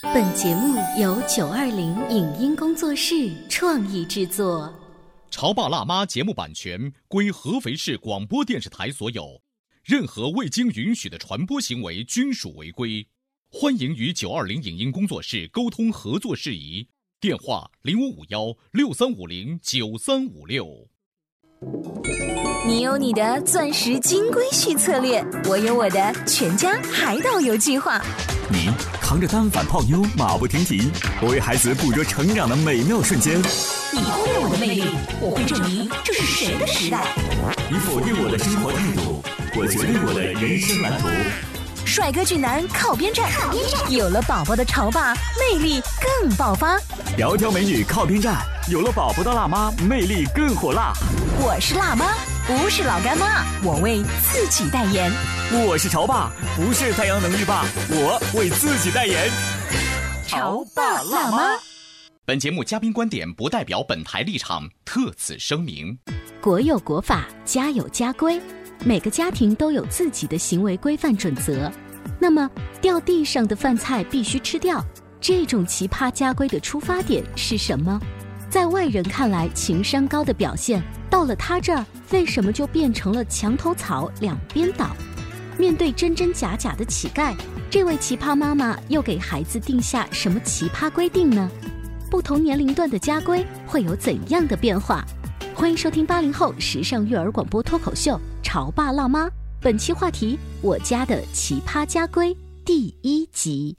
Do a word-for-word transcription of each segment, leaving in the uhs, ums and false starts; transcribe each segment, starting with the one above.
本节目由九二零影音工作室创意制作。 潮爸辣妈节目版权归合肥市广播电视台所有，任何未经允许的传播行为均属违规。欢迎与九二零影音工作室沟通合作事宜，电话零五五幺六三五零九三五六。 你有你的钻石金龟婿策略，我有我的全家海岛游计划。 你扛着单反泡妞马不停蹄，我为孩子捕捉成长的美妙瞬间。 你忽略我的魅力，我会证明这是谁的时代。 你否定我的生活态度，我决定我的人生蓝图。 帅哥俊男靠边站，靠边站，有了宝宝的潮爸魅力更爆发。 窈窕美女靠边站，有了宝宝的辣妈魅力更火辣。 我是辣妈，不是老干妈，我为自己代言。 我是潮爸，不是太阳能浴霸，我为自己代言。 潮爸辣妈。 本节目嘉宾观点不代表本台立场，特此声明。 国有国法，家有家规，每个家庭都有自己的行为规范准则。那么掉地上的饭菜必须吃掉，这种奇葩家规的出发点是什么？在外人看来情商高的表现，到了他这儿为什么就变成了墙头草两边倒？面对真真假假的乞丐，这位奇葩妈妈又给孩子定下什么奇葩规定呢？不同年龄段的家规会有怎样的变化？欢迎收听八零后时尚育儿广播脱口秀《潮爸辣妈》，本期话题：我家的奇葩家规第一集。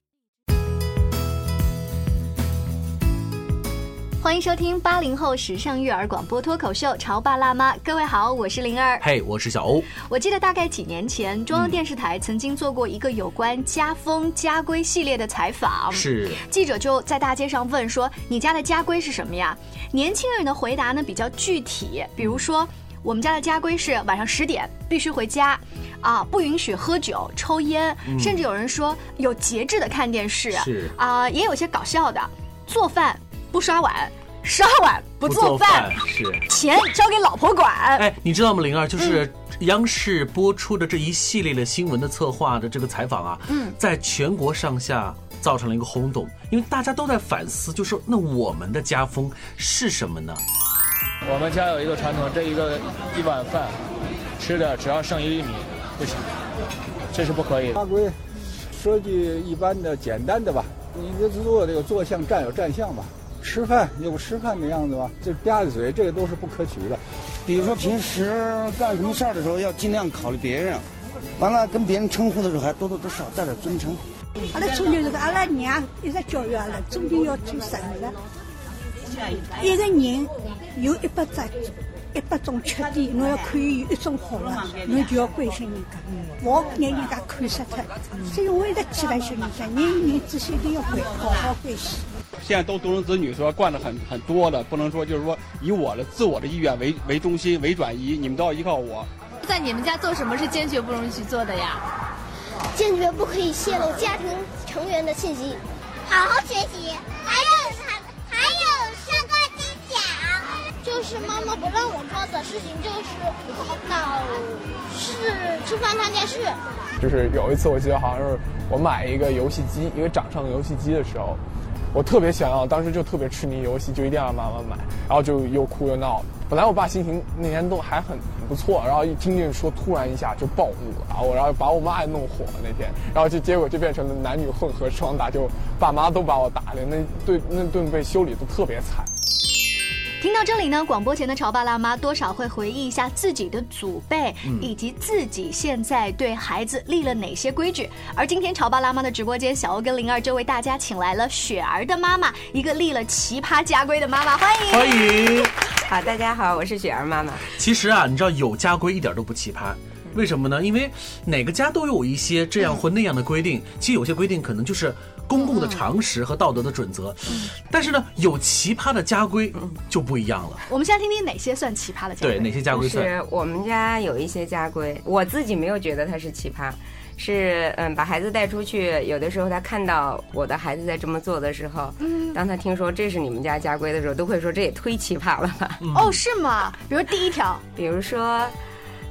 欢迎收听八零后时尚育儿广播脱口秀《潮爸辣妈》，各位好，我是灵儿。 嘿， hey, 我是小欧。 我记得大概几年前，中央电视台曾经做过一个有关家风家规系列的采访， 是记者就在大街上问说：“你家的家规是什么呀？”年轻人的回答呢比较具体，比如说我们家的家规是晚上十点必须回家，啊，不允许喝酒、抽烟，嗯、甚至有人说有节制的看电视， 是啊， 也有些搞笑的，做饭不刷碗，刷碗不做饭， 不做饭是钱交给老婆管。 哎，你知道吗，灵儿？就是央视播出的这一系列的新闻的策划的这个采访啊，嗯，在全国上下造成了一个轰动，因为大家都在反思，就说那我们的家风是什么呢？ 我们家有一个传统，这一个一碗饭吃的只要剩一厘米不行，这是不可以的。 家规设计一般的、简单的吧，你就做这个坐相站有站相吧。吃饭有吃饭的样子吧，这吧唧嘴这个都是不可取的。 比如说平时干什么事儿的时候，要尽量考虑别人，完了跟别人称呼的时候还多多少少带点尊称。 阿拉从小这个阿拉娘一直教育阿拉，终究要做神的。一个人有一百只一百种缺点，侬要可以有一种好的，侬就要关心人家，莫让人家看死他。所以我一直期待小人家，人与人之间一定要关好好关系。 现在都独生子女说惯得很很多的，不能说就是说以我的自我的意愿为为中心为转移，你们都要依靠我。 在你们家做什么是坚决不容许做的呀？ 坚决不可以泄露家庭成员的信息，好好学习，还有还有上课技巧。就是妈妈不让我做的事情，就是搞事吃饭看电视。 就是有一次我记得好像是我买一个游戏机，一个掌上的游戏机的时候。我特别想要，当时就特别痴迷游戏，就一定要让妈妈买，然后就又哭又闹。本来我爸心情那天都还很很不错，然后一听见说突然一下就暴怒了，我然后把我妈也弄火了那天，然后就结果就变成了男女混合双打，就爸妈都把我打的那对那顿被修理都特别惨。 听到这里呢，广播前的潮爸辣妈多少会回忆一下自己的祖辈，嗯、以及自己现在对孩子立了哪些规矩。而今天潮爸辣妈的直播间，小欧跟灵儿就为大家请来了雪儿的妈妈，一个立了奇葩家规的妈妈，欢迎欢迎。 好，大家好，我是雪儿妈妈。 其实啊，你知道有家规一点都不奇葩。为什么呢？因为哪个家都有一些这样或那样的规定，其实有些规定可能就是公共的常识和道德的准则，但是呢，有奇葩的家规就不一样了。 我们现在听听哪些算奇葩的家规？ 对，哪些家规算？ 是我们家有一些家规，我自己没有觉得它是奇葩，是嗯，把孩子带出去，有的时候他看到我的孩子在这么做的时候，嗯，当他听说这是你们家家规的时候，都会说这也忒奇葩了吧？ 嗯、哦，是吗？比如第一条， 比如说。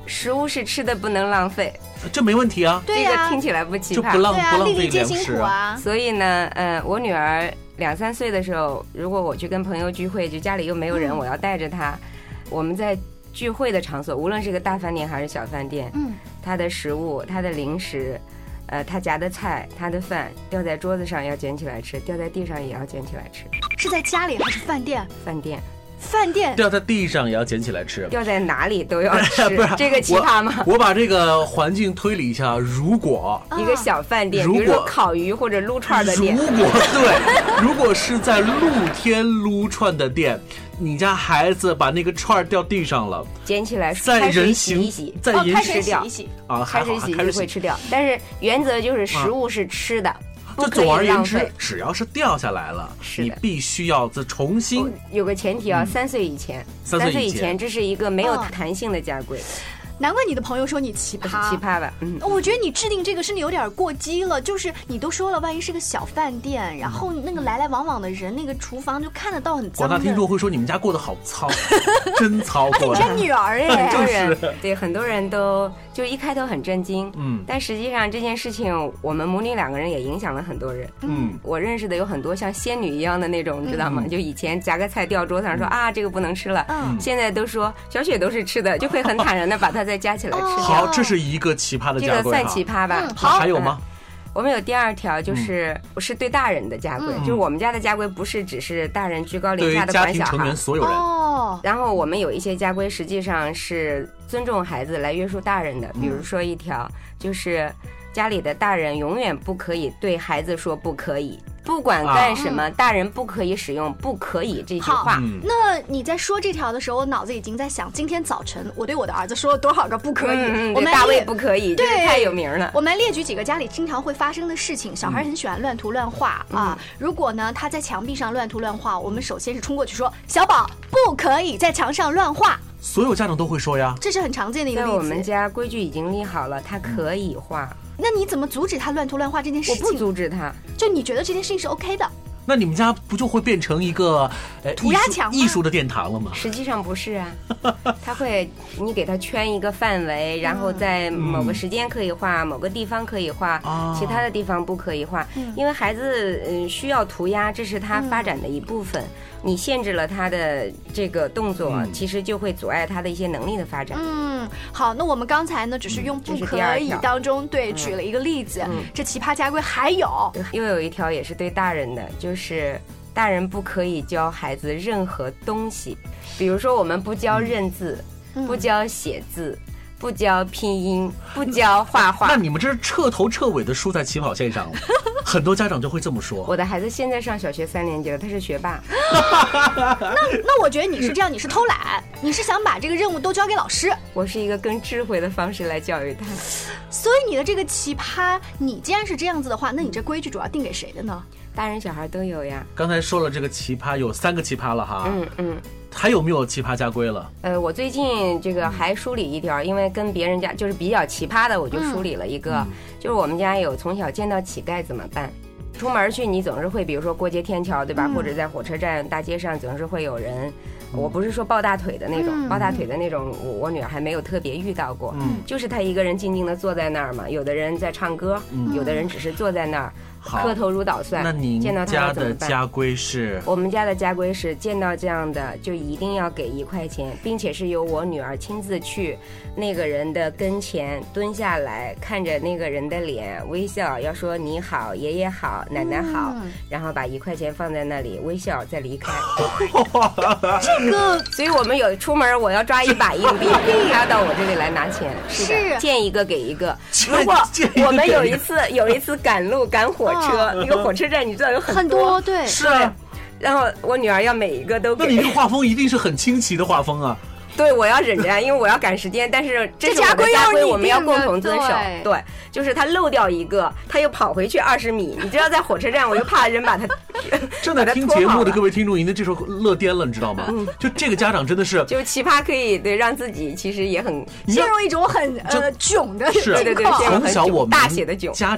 食物是吃的，不能浪费， 这没问题啊。 对呀、 这个听起来不奇葩， 就不浪、 啊、 不浪费粒粒皆粮食辛苦啊。 所以呢，呃，我女儿两三岁的时候，如果我去跟朋友聚会，就家里又没有人，嗯、我要带着她，我们在聚会的场所，无论是个大饭店还是小饭店，嗯，她的食物、她的零食。呃，他夹的菜，他的饭掉在桌子上要捡起来吃，掉在地上也要捡起来吃。 是在家里还是饭店？ 饭店， 饭店掉在地上也要捡起来吃， 掉在哪里都要吃。不是这个奇葩吗？ 我, 我把这个环境推理一下，如果一个小饭店，比如说烤鱼或者撸串的店， 如果对，如果是在露天撸串的店。你家孩子把那个串掉地上了， 捡起来， 在人洗一洗， 在人吃掉啊， 开水洗一洗会吃掉。但是原则就是食物是吃的， 就总而言之，只要是掉下来了，你必须要再重新。 有个前提啊，三岁以前， 三岁以前这是一个没有弹性的家规。 难怪你的朋友说你奇葩， 奇葩吧？嗯， 我觉得你制定这个是你有点过激了。就是你都说了，万一是个小饭店，然后那个来来往往的人，那个厨房就看得到很脏。 广大听众会说你们家过得好糙，真糙过。 啊，你家女儿哎， 很多人对很多人都就一开头很震惊，嗯，但实际上这件事情，我们母女两个人也影响了很多人。嗯，我认识的有很多像仙女一样的那种，你知道吗？嗯、就以前夹个菜掉桌上说、嗯、啊这个不能吃了，嗯，现在都说小雪都是吃的，就会很坦然的把它再夹起来吃。 好，这是一个奇葩的家规， 这个算奇葩吧？ 嗯、好，还有吗？ 我们有第二条，就是不、嗯、是对大人的家规，嗯、就是我们家的家规不是只是大人居高临下的管小孩， 对家庭成员所有人。 哦，然后我们有一些家规，实际上是尊重孩子来约束大人的。比如说一条，就是家里的大人永远不可以对孩子说不可以。不管干什么、啊、大人不可以使用不可以这句话。 嗯、那你在说这条的时候，我脑子已经在想，今天早晨我对我的儿子说了多少个不可以。 嗯、 我们大卫不可以， 对， 太有名了。 我们列举几个家里经常会发生的事情。小孩很喜欢乱涂乱画、嗯、啊，如果呢他在墙壁上乱涂乱画，我们首先是冲过去说，小宝不可以在墙上乱画。 所有家长都会说呀， 这是很常见的一个例子。 在我们家规矩已经立好了，他可以画。 那你怎么阻止他乱涂乱画这件事情？ 我不阻止他， 就你觉得这件事情是 OK 的。 那你们家不就会变成一个呃涂鸦墙艺术的殿堂了吗？ 实际上不是啊，他会你给他圈一个范围，然后在某个时间可以画，嗯、某个地方可以画，嗯、其他的地方不可以画，嗯、因为孩子嗯需要涂鸦，这是他发展的一部分。嗯、你限制了他的这个动作，嗯、其实就会阻碍他的一些能力的发展。 嗯，好，那我们刚才呢只是用不可以当中对嗯、 举了一个例子，嗯、这奇葩家规还有又有一条也是对大人的，就。就是大人不可以教孩子任何东西，比如说我们不教认字，嗯、不教写字，不教拼音，不教画画。 那你们这是彻头彻尾的输在起跑线上了。很多家长就会这么说。 我的孩子现在上小学三年级了，他是学霸。 那那我觉得你是这样，你是偷懒，你是想把这个任务都交给老师。 我是一个更智慧的方式来教育他。 所以你的这个奇葩，你既然是这样子的话，那你这规矩主要定给谁的呢？ 大人小孩都有呀。 刚才说了这个奇葩有三个奇葩了哈。 嗯嗯。 还有没有奇葩家规了？ 呃，我最近这个还梳理一条，因为跟别人家就是比较奇葩的，我就梳理了一个，嗯、就是我们家有从小见到乞丐怎么办？出门去你总是会，比如说过街天桥，对吧？嗯、或者在火车站、大街上，总是会有人。我不是说抱大腿的那种，嗯、抱大腿的那种，我我女儿还没有特别遇到过。嗯，就是她一个人静静的坐在那儿嘛，有的人在唱歌，嗯、有的人只是坐在那儿。磕头如捣蒜。 那您家的家规是？ 我们家的家规是，见到这样的就一定要给一块钱，并且是由我女儿亲自去那个人的跟前蹲下来，看着那个人的脸微笑，要说你好，爷爷好，奶奶好，嗯、然后把一块钱放在那里微笑再离开。这个，所以我们有出门我要抓一把硬币，他要到我这里来拿钱，是的，见一个给一个。如果我们有一次有一次赶路赶火车，那个火车站你知道有很多， 很多对， 是啊。 然后我女儿要每一个都给。 那你这画风一定是很清奇的画风啊。 对，我要忍着，因为我要赶时间，但是这是我的家规，我们要共同遵守。对，对，就是他漏掉一个，他又跑回去二十米，你知道，在火车站，我又怕人把他正在听节目的各位听众，您的这时候乐颠了，你知道吗？嗯，就这个家长真的是， 就奇葩可以对让自己其实也很陷入一种很呃囧的是， 对对对， 从小我们大写的囧， 家长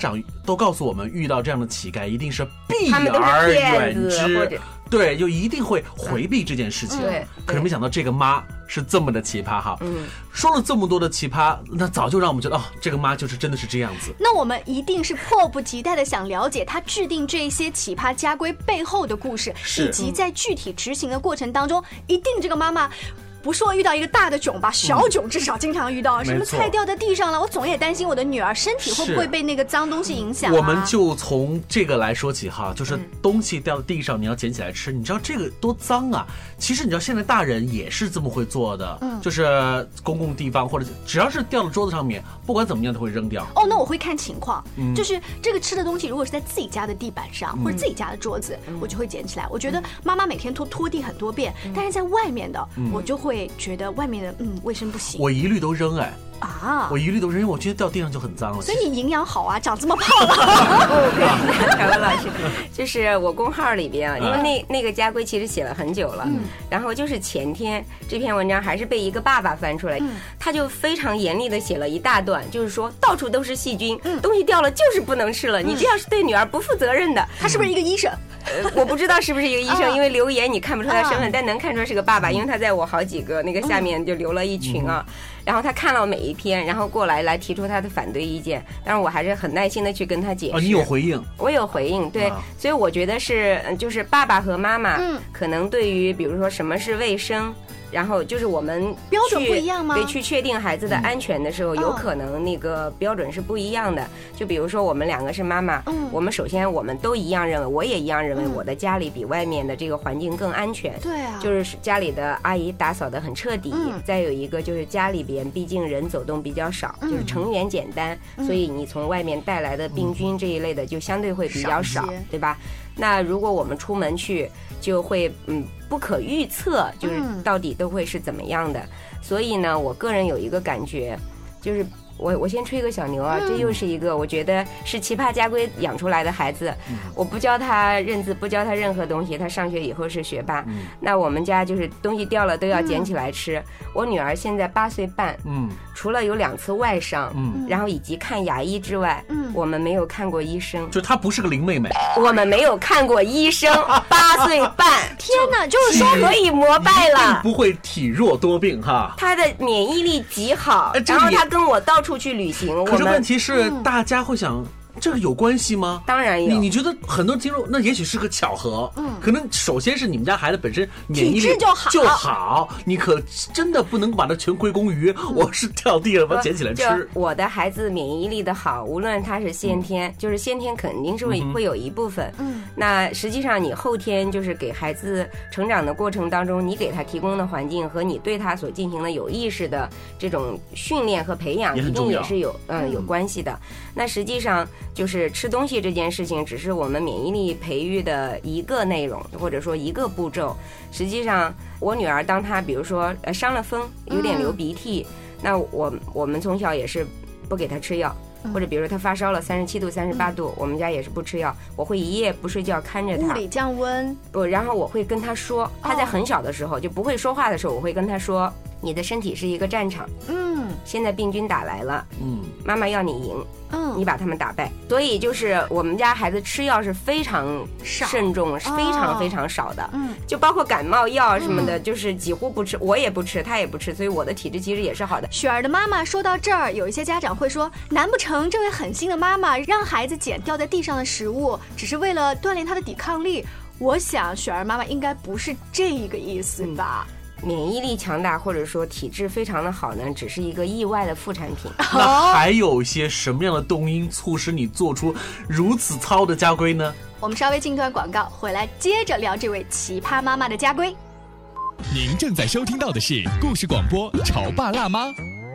都告诉我们，遇到这样的乞丐一定是避而远之，对，就一定会回避这件事情。对，可是没想到这个妈是这么的奇葩哈。嗯，说了这么多的奇葩，那早就让我们觉得哦，这个妈就是真的是这样子。 那我们一定是迫不及待的想了解她制定这些奇葩家规背后的故事，以及在具体执行的过程当中，一定这个妈妈。不说遇到一个大的囧吧，小囧至少经常遇到，嗯、什么菜掉在地上了，我总也担心我的女儿身体会不会被那个脏东西影响、啊。 我们就从这个来说起哈，就是东西掉在地上，你要捡起来吃，你知道这个多脏啊！其实你知道现在大人也是这么会做的，嗯，就是公共地方或者只要是掉到桌子上面，不管怎么样都会扔掉。 哦，那我会看情况，嗯、就是这个吃的东西如果是在自己家的地板上、嗯、或者自己家的桌子，嗯、我就会捡起来。我觉得妈妈每天拖拖地很多遍，嗯、但是在外面的，嗯、我就会觉得外面。嗯，卫生不行， 我一律都扔哎啊！ 我一律都扔，因为我觉得掉地上就很脏了。 所以你营养好啊，长这么胖了。 凯文老师，就是我公号里边，因为那那个家规其实写了很久了，嗯、然后就是前天这篇文章还是被一个爸爸翻出来，嗯、他就非常严厉的写了一大段，就是说到处都是细菌，嗯、东西掉了就是不能吃了，嗯、你这样是对女儿不负责任的。 他是不是一个医生？ 呃，我不知道是不是一个医生，因为留言你看不出他身份，但能看出来是个爸爸，因为他在我好几个那个下面就留了一群啊。然后他看了每一篇，然后过来来提出他的反对意见，但是我还是很耐心的去跟他解释。 哦，你有回应？ 我有回应，对，所以我觉得是就是爸爸和妈妈，嗯，可能对于比如说什么是卫生。然后就是我们标准不一样吗？ 对，去确定孩子的安全的时候，嗯、有可能那个标准是不一样的。就比如说我们两个是妈妈，嗯，我们首先我们都一样认为，我也一样认为我的家里比外面的这个环境更安全。 对啊， 就是家里的阿姨打扫得很彻底。嗯、再有一个就是家里边毕竟人走动比较少，嗯、就是成员简单，嗯、所以你从外面带来的病菌这一类的就相对会比较少，少对吧？那如果我们出门去，就会嗯不可预测，就是到底都会是怎么样的。嗯、所以呢，我个人有一个感觉，就是我我先吹个小牛啊，嗯、这又是一个我觉得是奇葩家规养出来的孩子。嗯、我不教他认字，不教他任何东西，他上学以后是学霸。嗯、那我们家就是东西掉了都要捡起来吃。嗯、我女儿现在八岁半，嗯，除了有两次外伤，嗯，然后以及看牙医之外，嗯，我们没有看过医生。 就她不是个林妹妹， 我们没有看过医生。八岁半， 天哪，就是说可以膜拜了， 不会体弱多病哈。 她的免疫力极好，然后她跟我到处去旅行。 可是问题是，嗯、大家会想。这个有关系吗？ 当然有。 你你觉得很多听众，那也许是个巧合。嗯，可能首先是你们家孩子本身免疫力就好， 就好，你可真的不能把它全归功于、嗯、我是掉地了把它捡起来吃。 我的孩子免疫力的好，无论他是先天，嗯、就是先天肯定是会、嗯、会有一部分。嗯，那实际上你后天就是给孩子成长的过程当中，你给他提供的环境和你对他所进行的有意识的这种训练和培养，一定也是有嗯、呃、有关系的。那实际上。就是吃东西这件事情，只是我们免疫力培育的一个内容，或者说一个步骤。实际上，我女儿当她比如说呃伤了风，有点流鼻涕，嗯、那我我们从小也是不给她吃药，嗯、或者比如说她发烧了三十七度、三十八度，嗯、我们家也是不吃药，我会一夜不睡觉看着她， 物理降温。 不，然后我会跟她说，她在很小的时候、哦、就不会说话的时候，我会跟她说，你的身体是一个战场，嗯，现在病菌打来了，嗯，妈妈要你赢。嗯，你把他们打败，所以就是我们家孩子吃药是非常慎重，是非常非常少的。嗯，就包括感冒药什么的，嗯、就是几乎不吃，我也不吃，他也不吃，所以我的体质其实也是好的。 雪儿的妈妈说到这儿，有一些家长会说，难不成这位狠心的妈妈让孩子捡掉在地上的食物，只是为了锻炼他的抵抗力？我想雪儿妈妈应该不是这一个意思吧。嗯， 免疫力强大或者说体质非常的好呢，只是一个意外的副产品。 那还有些什么样的动因促使你做出如此糙的家规呢？ 我们稍微进一段广告，回来接着聊这位奇葩妈妈的家规。 您正在收听到的是故事广播《潮爸辣妈》。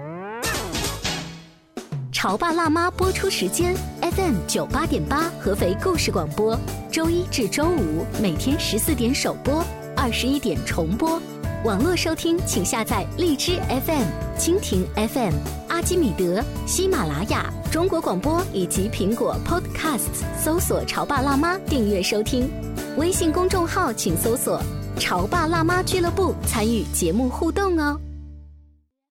潮爸辣妈播出时间 F M 九八点八合肥故事广播，周一至周五每天十四点首播，二十一点重播。网络收听请下载荔枝 F M、蜻蜓 F M、阿基米德、喜马拉雅、中国广播以及苹果 Podcasts 搜索潮爸辣妈订阅收听。微信公众号请搜索潮爸辣妈俱乐部参与节目互动哦。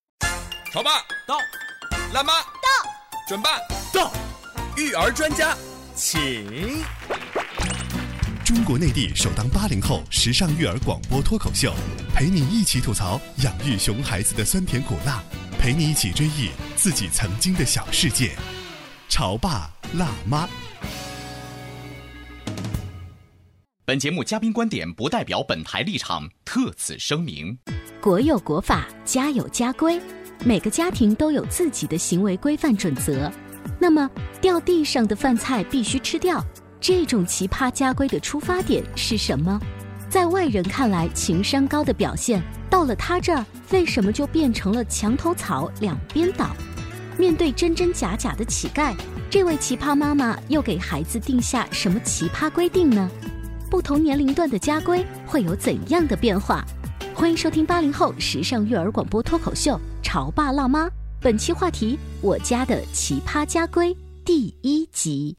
潮爸到， 辣妈到， 准爸到， 育儿专家起。中国内地首档八零后时尚育儿广播脱口秀，陪你一起吐槽养育熊孩子的酸甜苦辣，陪你一起追忆自己曾经的小世界。潮爸辣妈。 本节目嘉宾观点不代表本台立场，特此声明。 国有国法，家有家规，每个家庭都有自己的行为规范准则。那么，掉地上的饭菜必须吃掉，这种奇葩家规的出发点是什么？在外人看来情商高的表现，到了他这儿，为什么就变成了墙头草两边倒？面对真真假假的乞丐，这位奇葩妈妈又给孩子定下什么奇葩规定呢？不同年龄段的家规会有怎样的变化？欢迎收听八零后时尚育儿广播脱口秀《潮爸辣妈》，本期话题：我家的奇葩家规第一集。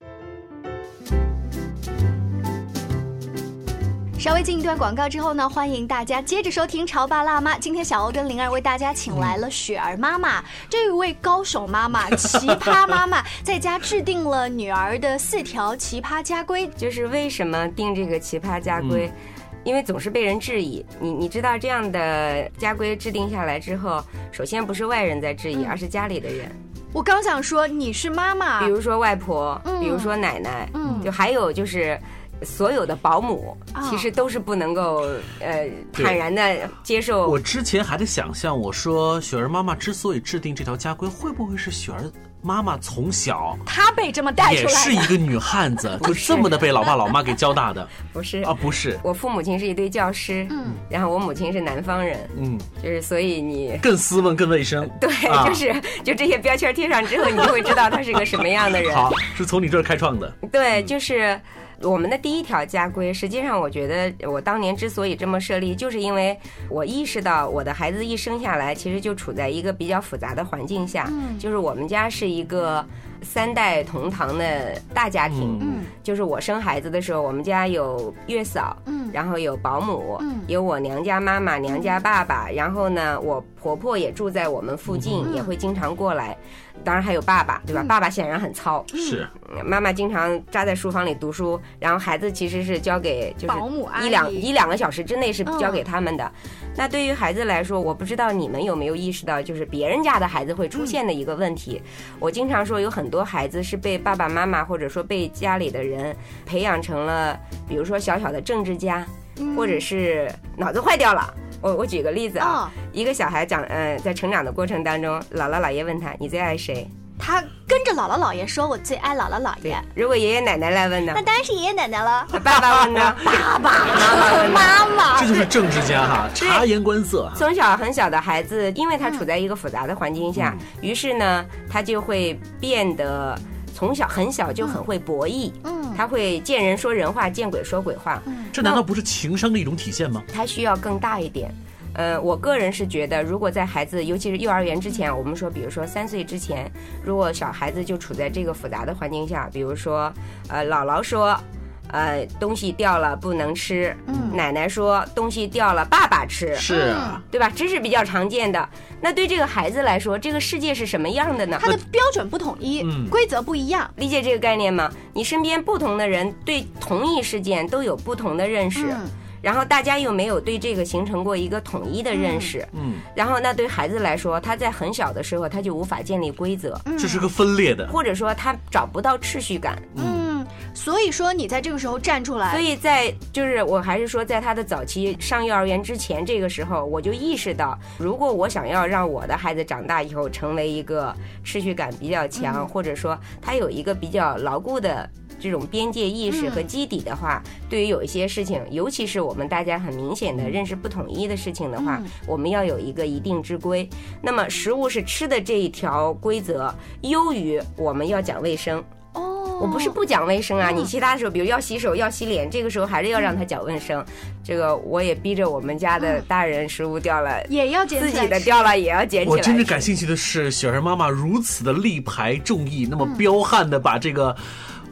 稍微进一段广告之后呢，欢迎大家接着收听《潮爸辣妈》。今天小欧跟灵儿为大家请来了雪儿妈妈，这一位高手妈妈、奇葩妈妈，在家制定了女儿的四条奇葩家规。 就是为什么定这个奇葩家规？嗯，因为总是被人质疑。你你知道这样的家规制定下来之后，首先不是外人在质疑，嗯，而是家里的人。 我刚想说你是妈妈， 比如说外婆，嗯，比如说奶奶，嗯，就还有就是所有的保姆，哦，其实都是不能够呃坦然的接受。 我之前还在想象，我说雪儿妈妈之所以制定这条家规，会不会是雪儿妈妈从小她被这么带出来的， 也是一个女汉子，就这么的被老爸老妈给教大的？ 不是啊，不是。 我父母亲是一对教师，嗯，然后我母亲是南方人，嗯，就是所以你更斯文更卫生。 对，啊，就是就这些标签贴上之后，你就会知道他是个什么样的人。 好，是从你这儿开创的。 对，就是我们的第一条家规，实际上我觉得我当年之所以这么设立，就是因为我意识到我的孩子一生下来，其实就处在一个比较复杂的环境下，嗯，就是我们家是一个三代同堂的大家庭，嗯，就是我生孩子的时候，我们家有月嫂，嗯，然后有保姆，嗯，有我娘家妈妈、娘家爸爸，然后呢，我婆婆也住在我们附近，嗯，也会经常过来。当然还有爸爸，对吧？嗯，爸爸显然很糙， 是妈妈经常扎在书房里读书，然后孩子其实是交给就是保姆一两一两个小时之内是交给他们的。嗯，那对于孩子来说，我不知道你们有没有意识到，就是别人家的孩子会出现的一个问题。嗯，我经常说，有很多孩子是被爸爸妈妈或者说被家里的人培养成了，比如说小小的政治家，嗯，或者是脑子坏掉了。我我举个例子啊，哦，一个小孩长呃在成长的过程当中，姥姥姥爷问他你最爱谁， 他跟着姥姥姥爷说我最爱姥姥姥爷。 如果爷爷奶奶来问呢， 那当然是爷爷奶奶了。 爸爸问呢， 爸爸妈妈问妈妈。 这就是政治家哈，察言观色哈。 从小很小的孩子，因为他处在一个复杂的环境下，嗯，于是呢他就会变得从小很小就很会博弈，嗯，他会见人说人话，见鬼说鬼话。嗯， 这难道不是情商的一种体现吗？ 他需要更大一点。呃，我个人是觉得，如果在孩子，尤其是幼儿园之前，我们说，比如说三岁之前，如果小孩子就处在这个复杂的环境下，比如说，呃，姥姥说，呃，东西掉了不能吃，嗯，奶奶说东西掉了爸爸吃， 是啊， 对吧？这是比较常见的。那对这个孩子来说，这个世界是什么样的呢？ 他的标准不统一，嗯，规则不一样， 理解这个概念吗？你身边不同的人对同一事件都有不同的认识。嗯，然后大家又没有对这个形成过一个统一的认识，嗯，然后那对孩子来说，他在很小的时候他就无法建立规则， 这是个分裂的， 或者说他找不到秩序感， 嗯，所以说你在这个时候站出来， 所以在就是我还是说，在他的早期上幼儿园之前，这个时候我就意识到，如果我想要让我的孩子长大以后成为一个秩序感比较强，嗯，或者说他有一个比较牢固的这种边界意识和基底的话，嗯，对于有一些事情，尤其是我们大家很明显的认识不统一的事情的话，嗯，我们要有一个一定之规。那么食物是吃的这一条规则优于我们要讲卫生。哦，我不是不讲卫生啊，嗯，你其他的时候，比如要洗手要洗脸，这个时候还是要让他讲卫生，嗯，这个我也逼着我们家的大人食物掉了，嗯， 也要捡起来， 自己的掉了也要捡起来。 我真是感兴趣的是，雪儿妈妈如此的力排众议，那么彪悍的把这个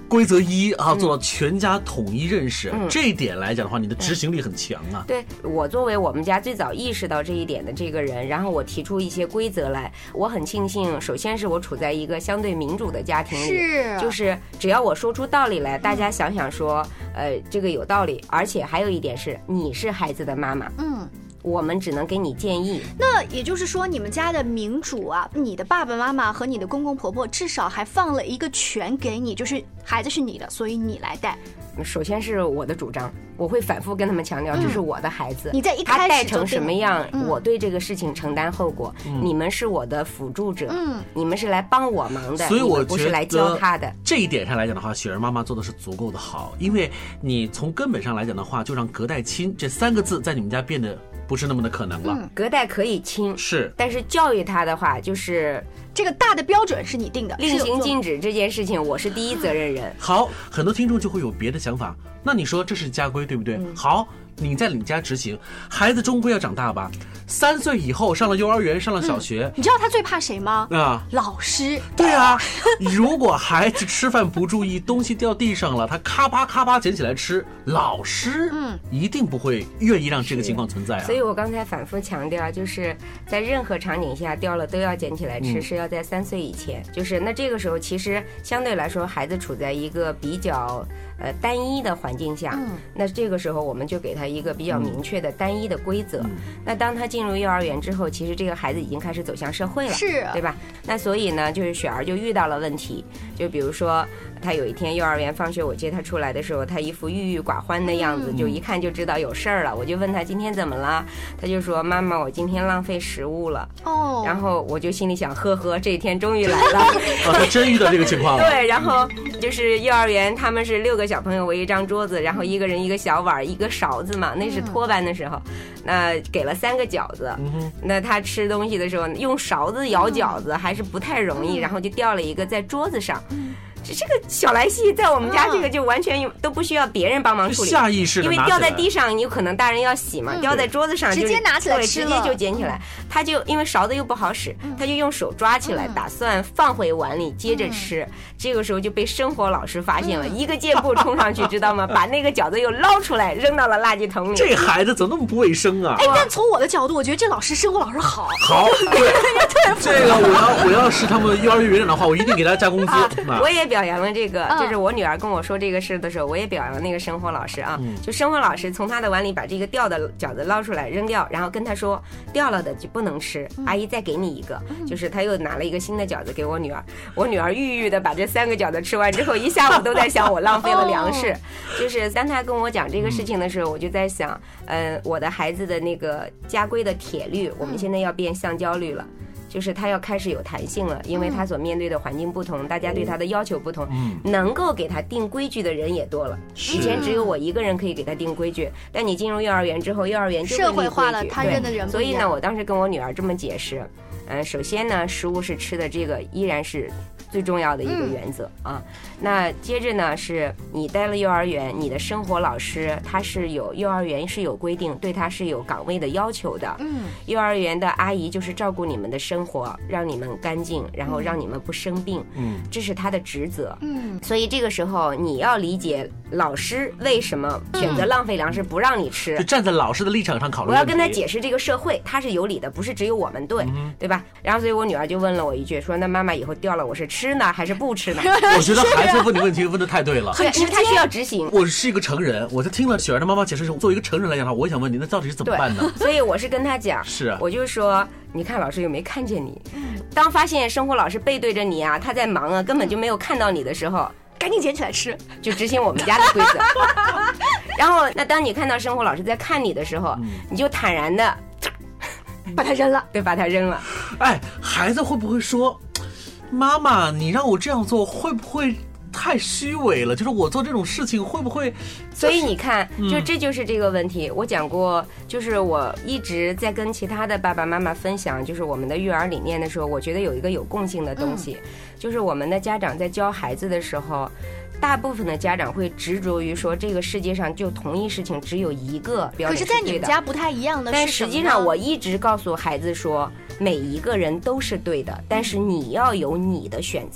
规则一啊，做到全家统一认识， 嗯、 这一点来讲的话，你的执行力很强啊。 对，我作为我们家最早意识到这一点的这个人，然后我提出一些规则来，我很庆幸，首先是我处在一个相对民主的家庭里， 是， 就是只要我说出道理来，大家想想说，呃，这个有道理，而且还有一点是，你是孩子的妈妈， 嗯。 我们只能给你建议。 那也就是说，你们家的民主啊，你的爸爸妈妈和你的公公婆婆至少还放了一个权给你，就是孩子是你的，所以你来带。 首先是我的主张，我会反复跟他们强调，这是我的孩子。 嗯、你在一开始他带成什么样， 嗯、 我对这个事情承担后果。嗯、你们是我的辅助者，嗯，你们是来帮我忙的， 所以我不是来教他的。 这一点上来讲的话，雪儿妈妈做的是足够的好，因为你从根本上来讲的话，就让隔代亲这三个字在你们家变得不是那么的可能了。 嗯、隔代可以亲， 是， 但是教育他的话，就是这个大的标准是你定的， 令行禁止这件事情，我是第一责任人。 好，很多听众就会有别的想法，那你说这是家规对不对？嗯、好，你在你家执行，孩子终归要长大吧？三岁以后上了幼儿园，上了小学， 嗯、你知道他最怕谁吗？ 啊， 老师。 对啊，如果孩子吃饭不注意，东西掉地上了，他咔吧咔吧捡起来吃，老师嗯一定不会愿意让这个情况存在啊。 所以我刚才反复强调，就是在任何场景下掉了都要捡起来吃，嗯、是要在三岁以前。就是那这个时候，其实相对来说，孩子处在一个比较呃单一的环境下，嗯、那这个时候我们就给他一个比较明确的单一的规则。嗯、那当他进入幼儿园之后，其实这个孩子已经开始走向社会了， 是， 对吧？那所以呢，就是雪儿就遇到了问题，就比如说他有一天幼儿园放学，我接他出来的时候，他一副郁郁寡欢的样子，嗯、就一看就知道有事儿了。我就问他今天怎么了，他就说妈妈，我今天浪费食物了。哦，然后我就心里想，呵呵，这一天终于来了。 哦，他真遇到这个情况了。 对，然后就是幼儿园他们是六个小朋友围一张桌子，然后一个人一个小碗一个勺子嘛，那是托班的时候，那给了三个饺子，嗯、那他吃东西的时候用勺子舀饺子还是不太容易，嗯、然后就掉了一个在桌子上。嗯，这个小来戏在我们家这个就完全都不需要别人帮忙处理， 下意识的， 因为掉在地上，你有可能大人要洗嘛，嗯、掉在桌子上就直接拿起来吃了，直接就捡起来。他就因为勺子又不好使，他就用手抓起来，嗯、打算放回碗里接着吃。嗯、这个时候就被生活老师发现了，嗯、一个箭步冲上去，知道吗？把那个饺子又捞出来，扔到了垃圾桶里。 这孩子怎么那么不卫生啊？ 哎，但从我的角度，我觉得这老师生活老师好。 好，对，这个我要我要是他们幼儿园园长的话，我一定给他加工资。 啊啊、我也表扬了这个。就是我女儿跟我说这个事的时候，我也表扬那个生活老师啊。嗯、就生活老师从他的碗里把这个掉的饺子捞出来扔掉，然后跟他说掉了的就不能吃，嗯、阿姨再给你一个。嗯、就是他又拿了一个新的饺子给我女儿，我女儿郁郁的把这三个饺子吃完之后，一下午都在想我浪费了粮食。哦、就是当他跟我讲这个事情的时候，我就在想，呃，我的孩子的那个家规的铁律，我们现在要变橡胶律了。就是他要开始有弹性了，因为他所面对的环境不同，大家对他的要求不同，嗯、能够给他定规矩的人也多了。以前只有我一个人可以给他定规矩，但你进入幼儿园之后，幼儿园就社会化了，他认的人不一样。 所以呢，我当时跟我女儿这么解释，呃，首先呢，食物是吃的，这个依然是最重要的一个原则、嗯、啊。那接着呢，是你待了幼儿园，你的生活老师他是有幼儿园是有规定，对他是有岗位的要求的。嗯，幼儿园的阿姨就是照顾你们的生活，让你们干净，然后让你们不生病。嗯，这是他的职责。嗯，所以这个时候你要理解老师为什么选择浪费粮食不让你吃， 就站在老师的立场上考虑。 我要跟他解释这个社会他是有理的，不是只有我们对，嗯、对吧？然后所以我女儿就问了我一句，说那妈妈以后掉了我是吃呢还是不吃呢？ 我觉得孩子问你问题问得太对了， 很直接，他需要执行。 我是一个成人，我就听了雪儿的妈妈解释，作为一个成人来讲的话，我想问你，那到底是怎么办呢？ 所以我是跟他讲， 是， 我就说，你看老师有没看见你？当发现生活老师背对着你啊，他在忙啊，根本就没有看到你的时候， 赶紧捡起来吃， 就执行我们家的规则。然后，那当你看到生活老师在看你的时候，嗯、你就坦然的把它扔了， 对，把它扔了。 哎，孩子会不会说，妈妈，你让我这样做，会不会太虚伪了？就是我做这种事情会不会、就是、 所以你看，就这就是这个问题、嗯、我讲过，就是我一直在跟其他的爸爸妈妈分享，就是我们的育儿理念的时候，我觉得有一个有共性的东西、嗯、就是我们的家长在教孩子的时候，大部分的家长会执着于说这个世界上就同一事情只有一个标准是对的。 可是在你们家不太一样的， 但实际上我一直告诉孩子说每一个人都是对的，但是你要有你的选择。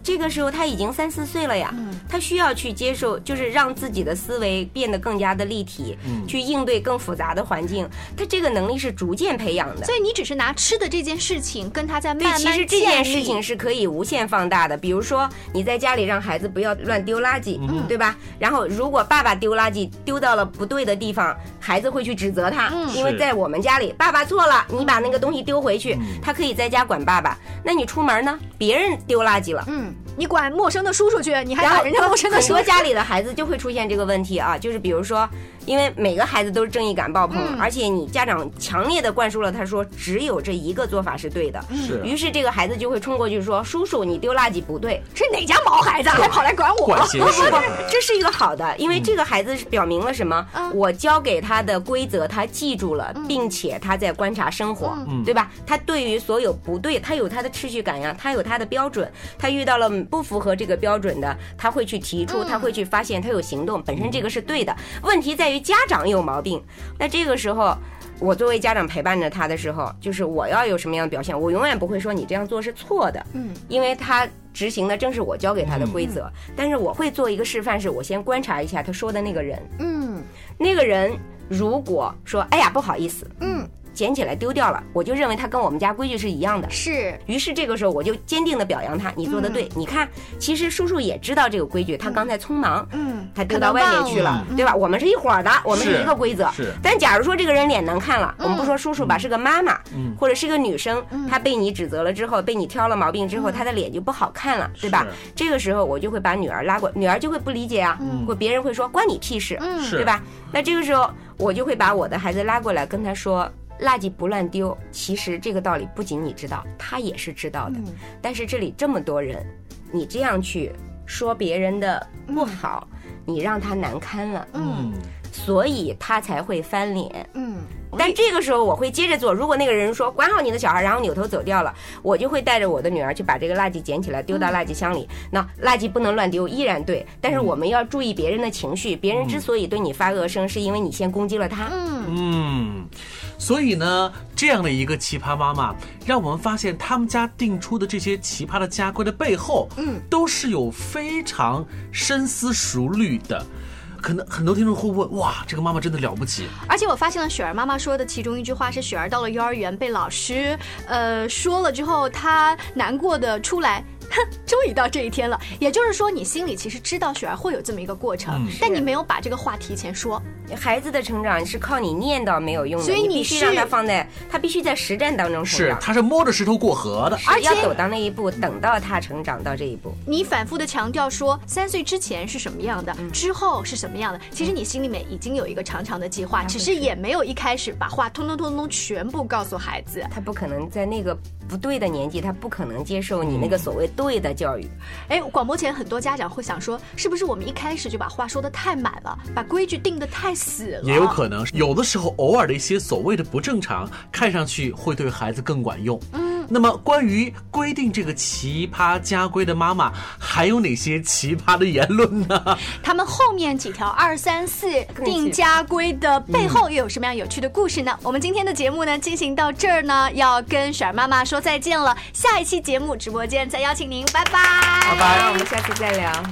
这个时候他已经三四岁了呀，嗯、他需要去接受，就是让自己的思维变得更加的立体，嗯、去应对更复杂的环境。他这个能力是逐渐培养的。 所以你只是拿吃的这件事情跟他在慢慢建立。 对，其实这件事情是可以无限放大的。比如说你在家里让孩子不要乱丢垃圾，嗯、对吧？然后如果爸爸丢垃圾丢到了不对的地方，孩子会去指责他，嗯、因为在我们家里爸爸错了，你把那个东西丢回去，嗯、他可以在家管爸爸。那你出门呢？别人丢垃圾了， 嗯，你管陌生的叔叔去，你还管人家陌生的叔叔。 很多家里的孩子就会出现这个问题啊，就是比如说，因为每个孩子都是正义感爆棚，嗯、而且你家长强烈的灌输了他说只有这一个做法是对的， 是。 于是这个孩子就会冲过去说：“叔叔，你丢垃圾不对。” 是哪家毛孩子还跑来管我？ 管闲事。 这是一个好的，因为这个孩子表明了什么？嗯、我教给他的规则他记住了，嗯、并且他在观察生活，嗯、对吧？他对于所有不对，他有他的秩序感呀，他有他的标准，他遇到了不符合这个标准的，他会去提出，他会去发现，他有行动，本身这个是对的。问题在于家长有毛病。那这个时候，我作为家长陪伴着他的时候，就是我要有什么样的表现，我永远不会说你这样做是错的，嗯，因为他执行的正是我教给他的规则，嗯、但是我会做一个示范，是我先观察一下他说的那个人，嗯，那个人如果说哎呀不好意思，嗯。捡起来丢掉了，我就认为他跟我们家规矩是一样的。 是， 于是这个时候我就坚定的表扬他，你做的对。嗯、你看，其实叔叔也知道这个规矩，他刚才匆忙，嗯，他丢到外面去了，对吧？我们是一伙的，我们是一个规则。是。但假如说这个人脸难看了，嗯、我们不说叔叔吧，是个妈妈，嗯，或者是个女生，嗯、她被你指责了之后，被你挑了毛病之后，她的脸就不好看了，对吧？这个时候我就会把女儿拉过，女儿就会不理解啊，嗯、或别人会说关你屁事，嗯，对吧？那这个时候我就会把我的孩子拉过来，跟他说。垃圾不乱丢，其实这个道理不仅你知道，他也是知道的。嗯、但是这里这么多人，你这样去说别人的不好，嗯、你让他难堪了，嗯，所以他才会翻脸，嗯。但这个时候我会接着做，如果那个人说管好你的小孩，然后扭头走掉了，我就会带着我的女儿去把这个垃圾捡起来丢到垃圾箱里。嗯、那垃圾不能乱丢，依然对，但是我们要注意别人的情绪，别人之所以对你发恶声，是因为你先攻击了他。嗯嗯，所以呢，这样的一个奇葩妈妈，让我们发现他们家定出的这些奇葩的家规的背后，嗯，都是有非常深思熟虑的。可能很多听众会问，哇，这个妈妈真的了不起。 而且我发现了雪儿妈妈说的其中一句话是，雪儿到了幼儿园被老师呃说了之后，她难过的出来，哼，终于到这一天了。也就是说，你心里其实知道雪儿会有这么一个过程，嗯、但你没有把这个话提前说。 孩子的成长是靠你念叨没有用的， 所以你必须让他放在，他必须在实战当中成长。 是，他是摸着石头过河的， 而且要走到那一步，等到他成长到这一步。 你反复的强调说，三岁之前是什么样的，嗯、之后是什么样的，其实你心里面已经有一个长长的计划，嗯、只是也没有一开始把话通通通通全部告诉孩子。 他不可能在那个不对的年纪，他不可能接受你那个所谓对的教育。 哎、嗯，广播前很多家长会想说，是不是我们一开始就把话说得太满了，把规矩定得太死了？ 也有可能，有的时候偶尔的一些所谓的不正常，看上去会对孩子更管用。嗯，那么关于规定这个奇葩家规的妈妈，还有哪些奇葩的言论呢？ 他们后面几条二三四定家规的背后又有什么样有趣的故事呢？嗯、我们今天的节目呢进行到这儿呢，要跟雪儿妈妈说再见了。下一期节目直播间再邀请您，拜拜， 拜拜，我们下次再聊。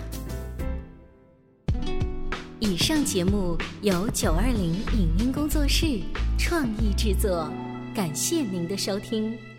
以上节目由九二零影音工作室创意制作，感谢您的收听。